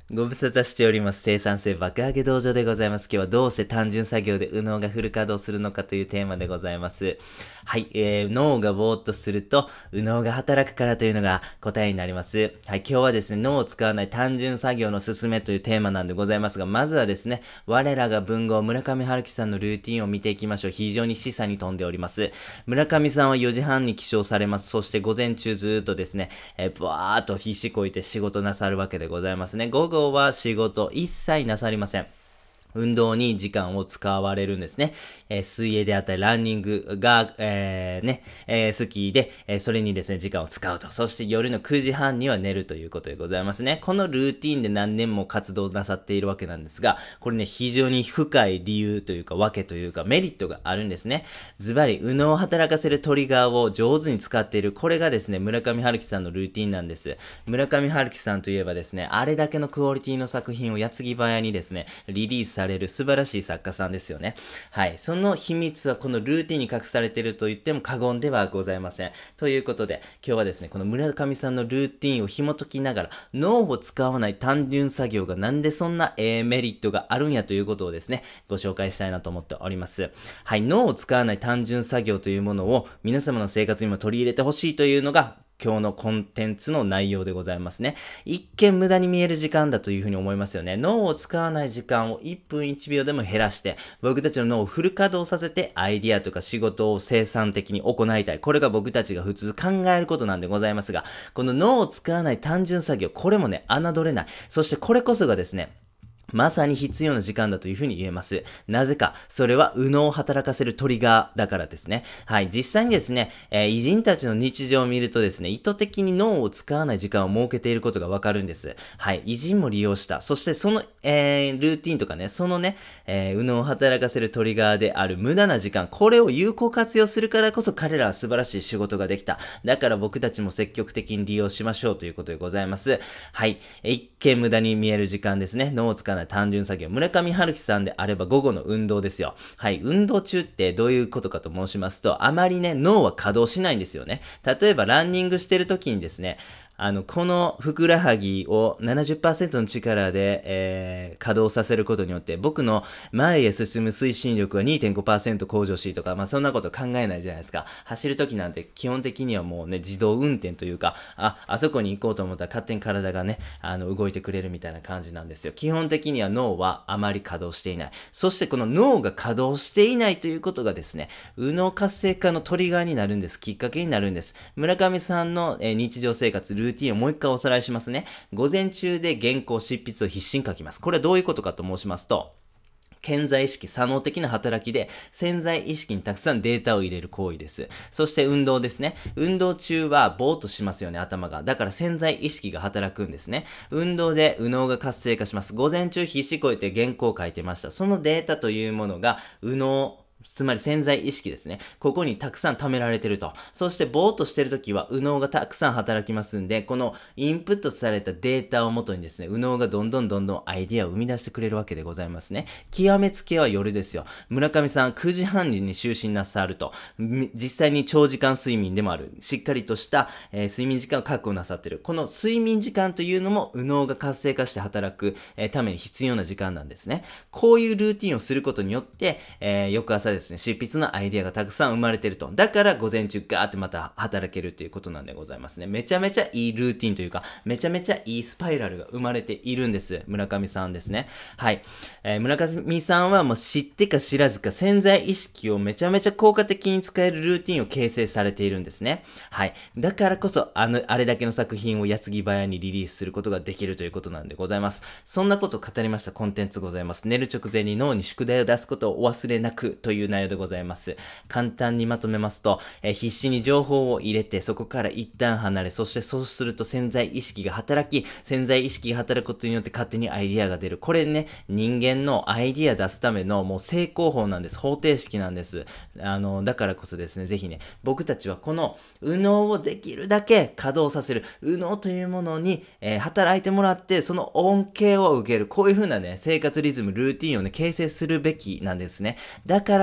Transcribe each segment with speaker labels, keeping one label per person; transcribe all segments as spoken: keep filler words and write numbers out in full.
Speaker 1: ご無沙汰しております。生産性爆上げ道場でございます。今日はどうして単純作業で右脳がフル稼働するのかというテーマでございます。はい、えー、脳がぼーっとすると右脳が働くからというのが答えになります。はい、今日はですね、脳を使わない単純作業のすすめというテーマなんでございますが、まずはですね、我らが文豪村上春樹さんのルーティンを見ていきましょう。非常に示唆に富んでおります。村上さんはよじはんに起床されます。そして午前中ずーっとですね、えー、バーっと必死こいて仕事なさるわけでございますね。午後は仕事一切なさりません。運動に時間を使われるんですね。えー、水泳であったり、ランニングが、えー、ね、えー、スキーで、えー、それにですね、時間を使うと。そして夜のくじはんには寝るということでございますね。このルーティンで何年も活動なさっているわけなんですが、これね、非常に深い理由というか、わけというか、メリットがあるんですね。ズバリ、右脳を働かせるトリガーを上手に使っている。これがですね、村上春樹さんのルーティンなんです。村上春樹さんといえばですね、あれだけのクオリティの作品を矢継ぎ早にですね、リリースされる素晴らしい作家さんですよね。はい。その秘密はこのルーティンに隠されていると言っても過言ではございません。ということで、今日はですね、この村上さんのルーティンを紐解きながら、脳を使わない単純作業がなんでそんな、えー、メリットがあるんやということをですね、ご紹介したいなと思っております。はい。脳を使わない単純作業というものを皆様の生活にも取り入れてほしいというのが、今日のコンテンツの内容でございますね。一見無駄に見える時間だというふうに思いますよね。脳を使わない時間をいっぷんいちびょうでも減らして、僕たちの脳をフル稼働させてアイディアとか仕事を生産的に行いたい。これが僕たちが普通考えることなんでございますが、この脳を使わない単純作業、これもね、侮れない。そしてこれこそがですね、まさに必要な時間だというふうに言えます。なぜか、それは右脳を働かせるトリガーだからですね。はい、実際にですね、えー、偉人たちの日常を見るとですね、意図的に脳を使わない時間を設けていることがわかるんです。はい、偉人も利用した。そしてその、えー、ルーティンとかね、そのね、えー、右脳を働かせるトリガーである無駄な時間、これを有効活用するからこそ彼らは素晴らしい仕事ができた。だから僕たちも積極的に利用しましょうということでございます。はい、一見無駄に見える時間ですね。脳を使わない単純作業。村上春樹さんであれば午後の運動ですよ。はい。運動中ってどういうことかと申しますと、あまりね、脳は稼働しないんですよね。例えばランニングしてる時にですね、あの、このふくらはぎを ななじゅっパーセント の力で、えー、稼働させることによって、僕の前へ進む推進力は にてんごパーセント 向上しとか、まあそんなこと考えないじゃないですか。走る時なんて基本的にはもうね、自動運転というか、あ、あそこに行こうと思ったら勝手に体がね、あの、動いてくれるみたいな感じなんですよ。基本的には脳はあまり稼働していない。そしてこの脳が稼働していないということがですね、右脳活性化のトリガーになるんです。きっかけになるんです。村上さんの、えー、日常生活、ルーティンルーティンをもう一回おさらいしますね。午前中で原稿執筆を必死に書きます。これはどういうことかと申しますと、潜在意識、左脳的な働きで潜在意識にたくさんデータを入れる行為です。そして運動ですね。運動中はぼーっとしますよね、頭が。だから潜在意識が働くんですね。運動で右脳が活性化します。午前中必死こいて原稿を書いてました。そのデータというものが右脳、つまり潜在意識ですね。ここにたくさん貯められてると。そしてぼーっとしてるときは右脳がたくさん働きますんで、このインプットされたデータをもとにですね、右脳がどんどんどんどんアイディアを生み出してくれるわけでございますね。極めつけは夜ですよ。村上さんくじはんに就寝なさると。実際に長時間睡眠でもある。しっかりとした、えー、睡眠時間を確保なさってる。この睡眠時間というのも右脳が活性化して働く、えー、ために必要な時間なんですね。こういうルーティンをすることによって、えー、翌朝ですね、執筆のアイデアがたくさん生まれてると。だから午前中ガーってまた働けるっていうことなんでございますね。めちゃめちゃいいルーティンというか、めちゃめちゃいいスパイラルが生まれているんです。村上さんですね。はい。えー、村上さんはもう知ってか知らずか潜在意識をめちゃめちゃ効果的に使えるルーティンを形成されているんですね。はい。だからこそ、あの、あれだけの作品を矢継ぎ早にリリースすることができるということなんでございます。そんなことを語りましたコンテンツございます。寝る直前に脳に宿題を出すことをお忘れなくという内容でございます。簡単にまとめますと、えー、必死に情報を入れて、そこから一旦離れ、そしてそうすると潜在意識が働き、潜在意識が働くことによって勝手にアイディアが出る。これね、人間のアイディア出すためのもう成功法なんです。方程式なんです。あの、だからこそですね、ぜひね、僕たちはこの右脳をできるだけ稼働させる、右脳というものに、えー、働いてもらって、その恩恵を受ける。こういう風なね、生活リズム、ルーティンをね、形成するべきなんですね。だから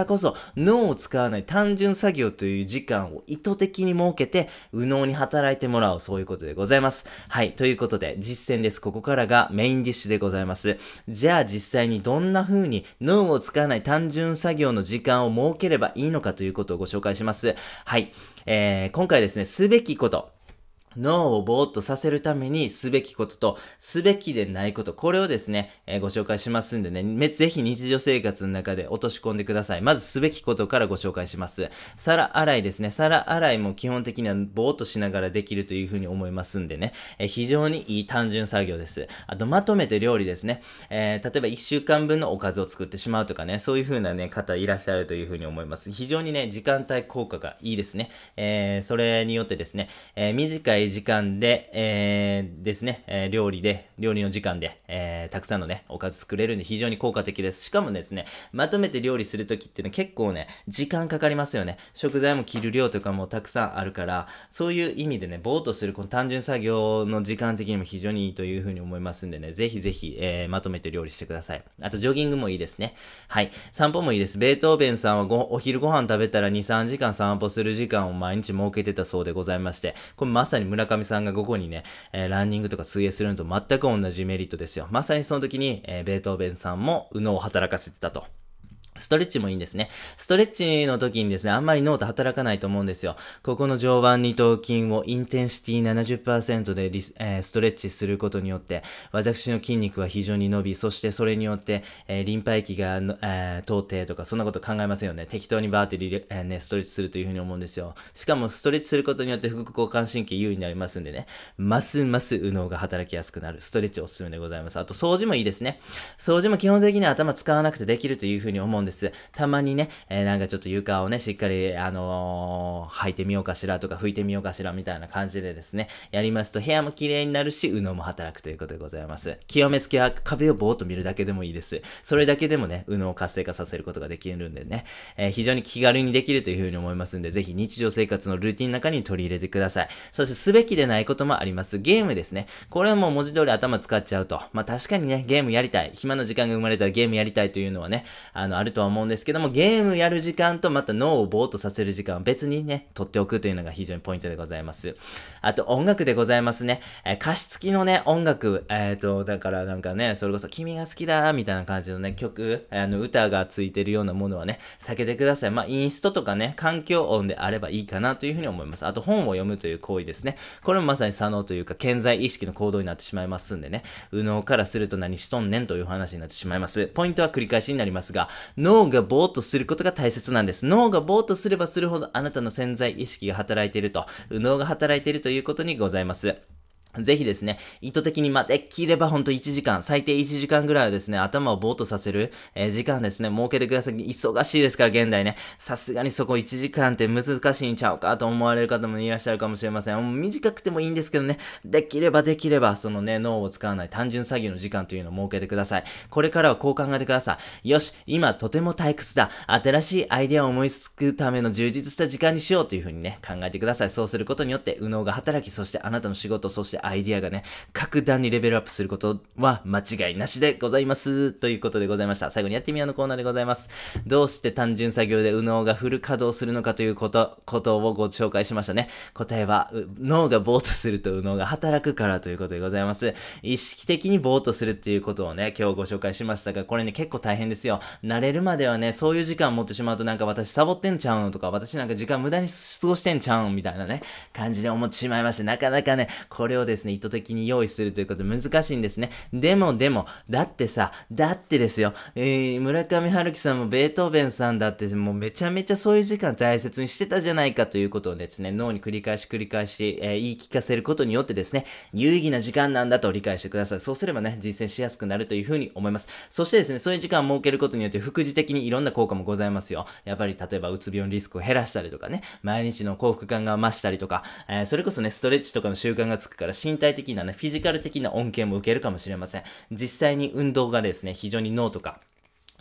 Speaker 1: こそ脳を使わない単純作業という時間を意図的に設けて右脳に働いてもらおう、そういうことでございます。はい、ということで実践です。ここからがメインディッシュでございます。じゃあ実際にどんな風に脳を使わない単純作業の時間を設ければいいのかということをご紹介します。はい、えー、今回ですね、すべきこと脳をぼーっとさせるためにすべきことと、すべきでないこと、これをですね、えー、ご紹介しますんでね、めぜひ日常生活の中で落とし込んでください。まずすべきことからご紹介します。皿洗いですね。皿洗いも基本的にはぼーっとしながらできるというふうに思いますんでね、えー、非常にいい単純作業です。あと、まとめて料理ですね。えー、例えばいっしゅうかんぶんのおかずを作ってしまうとかね、そういう風なね、方いらっしゃるというふうに思います。非常にね、時間帯効果がいいですね。えー、それによってですね、えー、短い時間で、えー、ですね、えー、料理で、料理の時間で、えー、たくさんのね、おかず作れるんで非常に効果的です。しかもですね、まとめて料理するときっていうのは結構ね、時間かかりますよね。食材も切る量とかもたくさんあるから、そういう意味でね、ぼーっとするこの単純作業の時間的にも非常にいいというふうに思いますんでね、ぜひぜひ、えー、まとめて料理してください。あと、ジョギングもいいですね。はい。散歩もいいです。ベートーベンさんはごお昼ご飯食べたらに、さんじかん散歩する時間を毎日設けてたそうでございまして、これまさに村上さんが午後にね、えー、ランニングとか水泳するのと全く同じメリットですよ。まさにその時に、えー、ベートーベンさんも右脳を働かせてたと。ストレッチもいいんですね。ストレッチの時にですね、あんまり脳って働かないと思うんですよ。ここの上腕二頭筋をインテンシティ ななじゅっパーセント でリス、えー、ストレッチすることによって、私の筋肉は非常に伸び、そしてそれによって、えー、リンパ液が、えー、通ってとか、そんなこと考えませんよね。適当にバーってリレ、えーね、ストレッチするというふうに思うんですよ。しかもストレッチすることによって副交感神経優位になりますんでね、ますます右脳が働きやすくなる。ストレッチおすすめでございます。あと掃除もいいですね。掃除も基本的には頭使わなくてできるというふうに思うんです。たまににね、えー、なんかちょっと床をね、しっかり、あのー、履いてみようかしらとか拭いてみようかしらみたいな感じでですね、やりますと部屋も綺麗になるし、右脳も働くということでございます。極めつけは壁をぼーっと見るだけでもいいです。それだけでもね、右脳を活性化させることができるんでね、えー、非常に気軽にできるというふうに思いますんで、ぜひ日常生活のルーティンの中に取り入れてください。そしてすべきでないこともあります。ゲームですね。これはもう文字通り頭使っちゃうと。まあ確かにね、ゲームやりたい。暇な時間が生まれたらゲームやりたいというのはね、あの、あるとは思うんですけども、ゲームやる時間とまた脳をぼーっとさせる時間を別にね、取っておくというのが非常にポイントでございます。あと音楽でございますね。えー、歌詞付きのね、音楽、えっと、だからなんかね、それこそ君が好きだみたいな感じのね、曲、あの、歌がついてるようなものはね、避けてください。まあ、インストとかね、環境音であればいいかなというふうに思います。あと本を読むという行為ですね。これもまさに左脳というか、健在意識の行動になってしまいますんでね、右脳からすると何しとんねんという話になってしまいます。ポイントは繰り返しになりますが、脳がぼーっとすることが大切なんです。脳がぼーっとすればするほどあなたの潜在意識が働いていると、右脳が働いているということにございます。ぜひですね、意図的に、まあ、できればほんといちじかん、最低いちじかんぐらいはですね、頭をぼーっとさせる、えー、時間ですね、設けてください。忙しいですから、現代ね。さすがにそこいちじかんって難しいんちゃうかと思われる方もいらっしゃるかもしれません。短くてもいいんですけどね、できればできれば、そのね、脳を使わない単純作業の時間というのを設けてください。これからはこう考えてください。よし、今とても退屈だ。新しいアイデアを思いつくための充実した時間にしようという風にね、考えてください。そうすることによって、右脳が働き、そしてあなたの仕事、そしてアイディアがね、格段にレベルアップすることは間違いなしでございます。ということでございました。最後にやってみようのコーナーでございます。どうして単純作業で右脳がフル稼働するのかということ、ことをご紹介しましたね。答えは、脳がぼーっとすると右脳が働くからということでございます。意識的にぼーっとするっていうことをね、今日ご紹介しましたが、これね、結構大変ですよ。慣れるまではね、そういう時間持ってしまうとなんか私サボってんちゃうのとか、私なんか時間無駄に過ごしてんちゃうんみたいなね、感じで思ってしまいまして、なかなかね、これをですね、意図的に用意するということ難しいんですね。でもでも、だってさ、だってですよ、えー、村上春樹さんもベートーベンさんだってもうめちゃめちゃそういう時間大切にしてたじゃないかということをですね、脳に繰り返し繰り返し、えー、言い聞かせることによってですね、有意義な時間なんだと理解してください。そうすればね、実践しやすくなるというふうに思います。そしてですね、そういう時間を設けることによって副次的にいろんな効果もございますよ。やっぱり例えばうつ病のリスクを減らしたりとかね、毎日の幸福感が増したりとか、えー、それこそね、ストレッチとかの習慣がつくから身体的なね、フィジカル的な恩恵も受けるかもしれません。実際に運動がですね、非常に脳とか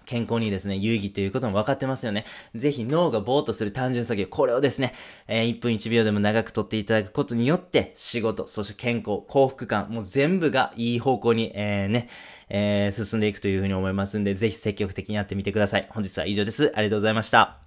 Speaker 1: 健康にですね、有意義ということも分かってますよね。ぜひ脳がぼーっとする単純作業、これをですね、えー、いっぷんいちびょうでも長くとっていただくことによって、仕事、そして健康、幸福感、もう全部がいい方向に、えー、ね、えー、進んでいくというふうに思いますんで、ぜひ積極的にやってみてください。本日は以上です。ありがとうございました。